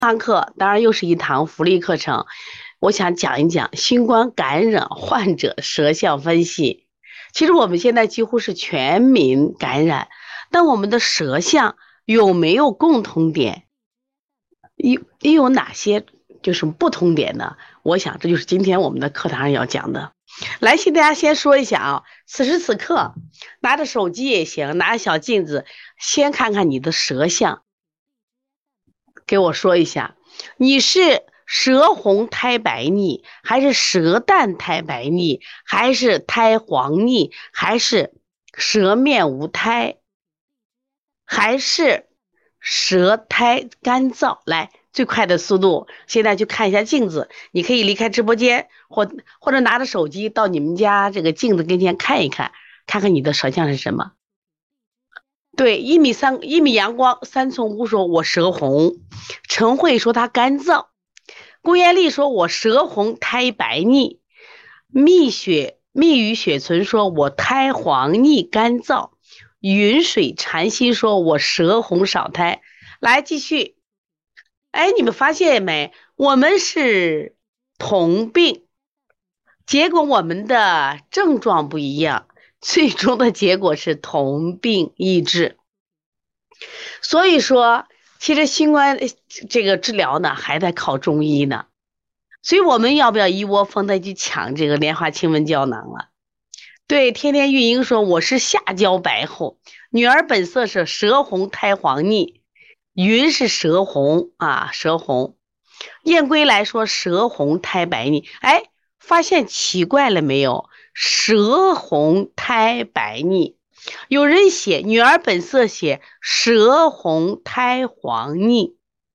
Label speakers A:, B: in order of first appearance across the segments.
A: 堂课当然又是一堂福利课程，我想讲一讲新冠感染患者舌象分析。其实我们现在几乎是全民感染，但我们的舌象有没有共同点？有哪些就是不同点呢？我想这就是今天我们的课堂上要讲的。来，请大家先说一下啊，此时此刻拿着手机也行，拿着小镜子，先看看你的舌象。给我说一下，你是舌红苔白腻，还是舌淡苔白腻，还是苔黄腻，还是舌面无苔，还是舌苔干燥？来，最快的速度，现在去看一下镜子。你可以离开直播间，或者拿着手机到你们家这个镜子跟前看一看，看看你的舌象是什么。对，1米阳光，3寸乌说我舌红，陈慧说她干燥，顾艳丽说我舌红苔白腻，蜜语雪存说我苔黄腻干燥，云水禅心说我舌红少苔。来继续，哎，你们发现没？我们是同病，结果我们的症状不一样，最终的结果是同病异治。所以说，其实新冠这个治疗呢，还在靠中医呢。所以我们要不要一窝蜂的去抢这个莲花清瘟胶囊了？对，天天育婴说我是下焦白厚，女儿本色是舌红苔黄腻，云是舌红啊，舌红。燕归来说舌红苔白腻，哎，发现奇怪了没有？舌红苔白腻。有人写女儿本色写舌红苔黄腻，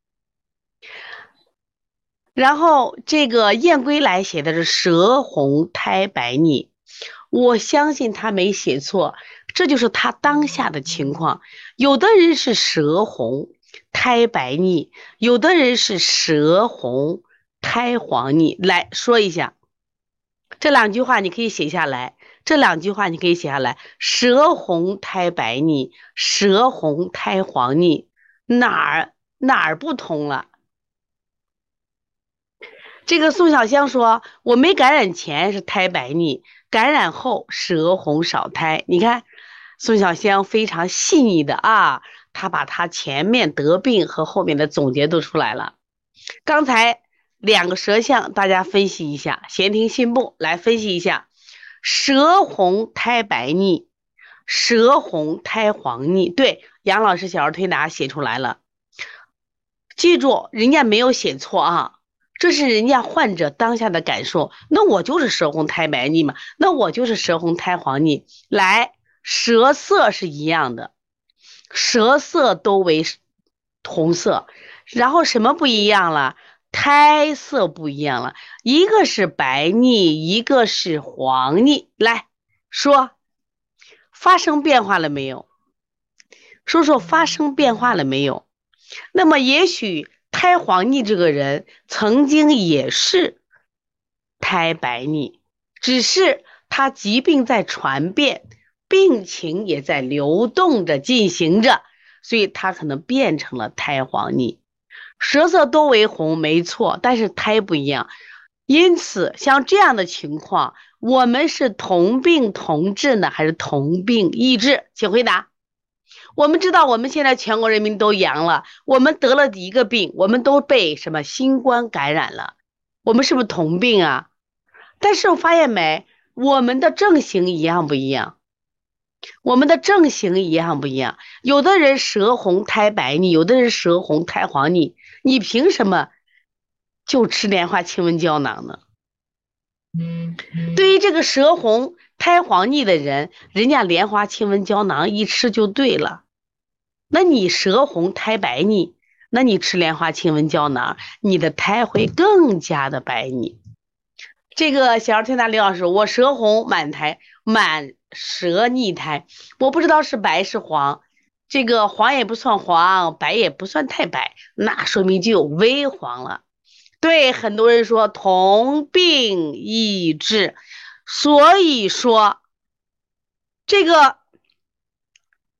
A: 然后这个燕归来写的是舌红苔白腻，我相信他没写错，这就是他当下的情况。有的人是舌红苔白腻，有的人是舌红苔黄腻。来说一下这两句话，你可以写下来。这两句话你可以写下来：舌红苔白腻，舌红苔黄腻，哪儿不同了？这个宋小香说，我没感染前是苔白腻，感染后舌红少苔。你看，宋小香非常细腻的啊，她把她前面得病和后面的总结都出来了。刚才两个舌象，大家分析一下，闲庭信步来分析一下。舌红苔白腻，舌红苔黄腻。对，杨老师小儿推拿写出来了，记住人家没有写错啊，这是人家患者当下的感受。那我就是舌红苔白腻嘛，那我就是舌红苔黄腻。来，舌色是一样的，舌色都为红色，然后什么不一样了？苔色不一样了，一个是白腻，一个是黄腻。来说，发生变化了没有？说说发生变化了没有？那么也许苔黄腻这个人曾经也是苔白腻，只是他疾病在传变，病情也在流动着进行着，所以他可能变成了苔黄腻。舌色都为红，没错，但是苔不一样。因此，像这样的情况，我们是同病同治呢，还是同病异治？请回答。我们知道，我们现在全国人民都阳了，我们得了一个病，我们都被什么新冠感染了，我们是不是同病啊？但是我发现没，我们的症型一样不一样？我们的症型一样不一样？有的人舌红苔白腻，有的人舌红苔黄腻，你凭什么就吃莲花清瘟胶囊呢？对于这个舌红苔黄腻的人，人家莲花清瘟胶囊一吃就对了。那你舌红苔白腻，那你吃莲花清瘟胶囊，你的苔会更加的白腻。这个小儿推拿刘老师，我舌红满苔，满舌腻苔，我不知道是白是黄，这个黄也不算黄，白也不算太白，那说明就有微黄了。对，很多人说同病异治，所以说这个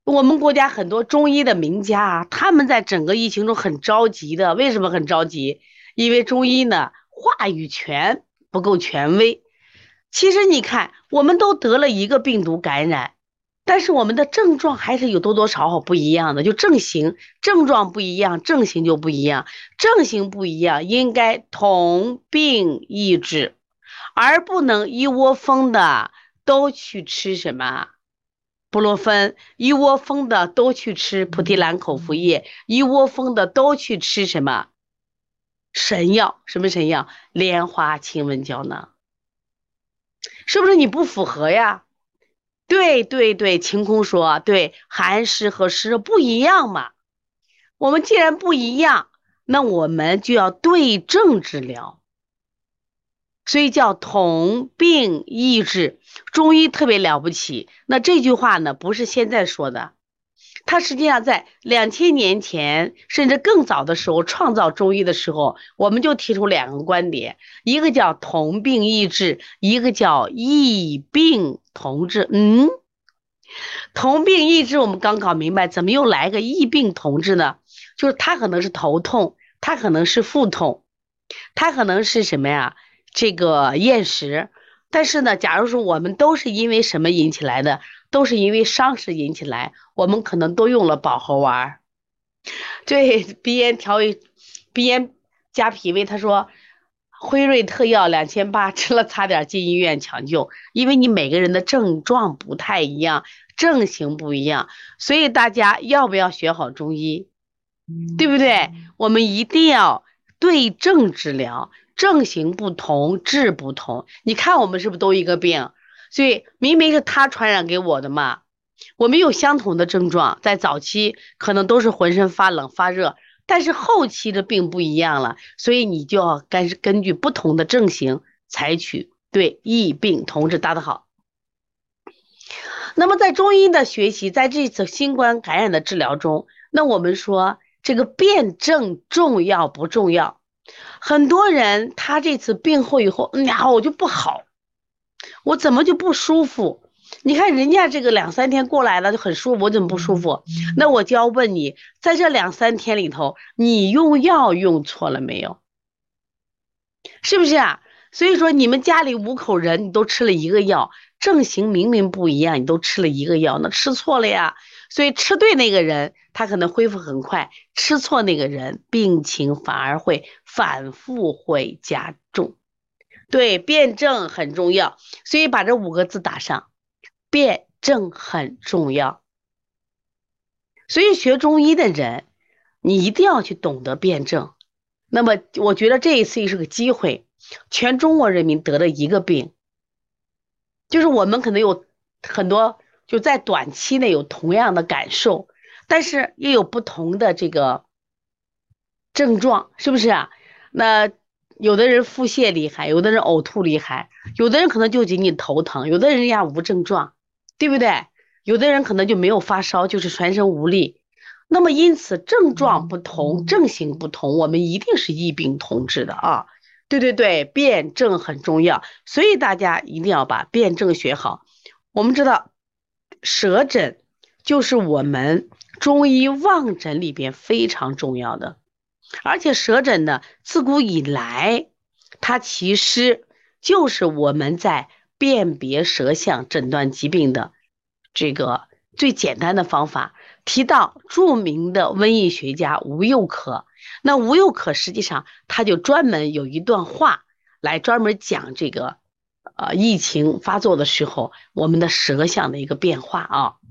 A: 我们国家很多中医的名家啊，他们在整个疫情中很着急的。为什么很着急？因为中医呢话语权不够权威。其实你看，我们都得了一个病毒感染，但是我们的症状还是有多多少少不一样的，就症型、症状不一样，症型就不一样，症型不一样，应该同病异治，而不能一窝蜂的都去吃什么布洛芬，一窝蜂的都去吃菩提兰口服液，一窝蜂的都去吃什么神药？什么神药？莲花清瘟胶囊，是不是你不符合呀？对对对，晴空说对，寒湿和湿热不一样嘛。我们既然不一样，那我们就要对症治疗，所以叫同病异治。中医特别了不起。那这句话呢，不是现在说的，它实际上在2000年前，甚至更早的时候，创造中医的时候，我们就提出2个观点，一个叫同病异治，一个叫异病同治。同病异治我们刚搞明白，怎么又来个异病同治呢？就是他可能是头痛，他可能是腹痛，他可能是什么呀？这个厌食。但是呢，假如说我们都是因为什么引起来的，都是因为伤食引起来，我们可能都用了保和丸。对，鼻炎加脾胃，他说辉瑞特药2800吃了差点进医院抢救，因为你每个人的症状不太一样，症型不一样，所以大家要不要学好中医？对不对？我们一定要对症治疗，症型不同，治不同。你看我们是不是都一个病？所以明明是他传染给我的嘛，我们有相同的症状，在早期可能都是浑身发冷发热，但是后期的病不一样了，所以你就要根据不同的症型采取对异病同治，答得好。那么在中医的学习，在这次新冠感染的治疗中，那我们说这个辩证重要不重要？很多人他这次病后以后，呀，我就不好，我怎么就不舒服？你看人家这个2、3天过来了就很舒服，我怎么不舒服？那我就要问你，在这2、3天里头，你用药用错了没有？是不是啊？所以说你们家里5口人，你都吃了一个药，症型明明不一样，你都吃了一个药，那吃错了呀。所以吃对那个人，他可能恢复很快；吃错那个人，病情反而会反复会加重。对，辩证很重要，所以把这5个字打上，辩证很重要。所以学中医的人，你一定要去懂得辩证。那么我觉得这一次也是个机会，全中国人民得了一个病，就是我们可能有很多就在短期内有同样的感受，但是也有不同的这个症状，是不是啊？那有的人腹泻厉害，有的人呕吐厉害，有的人可能就仅仅头疼，有的人家无症状，对不对？有的人可能就没有发烧，就是全身无力。那么因此症状不同，症型不同，我们一定是异病同治的啊。对对对，辩证很重要，所以大家一定要把辩证学好。我们知道舌诊就是我们中医望诊里边非常重要的，而且舌诊呢，自古以来，它其实就是我们在辨别舌象、诊断疾病的这个最简单的方法。提到著名的瘟疫学家吴又可，那吴又可实际上他就专门有一段话来专门讲这个疫情发作的时候我们的舌象的一个变化啊。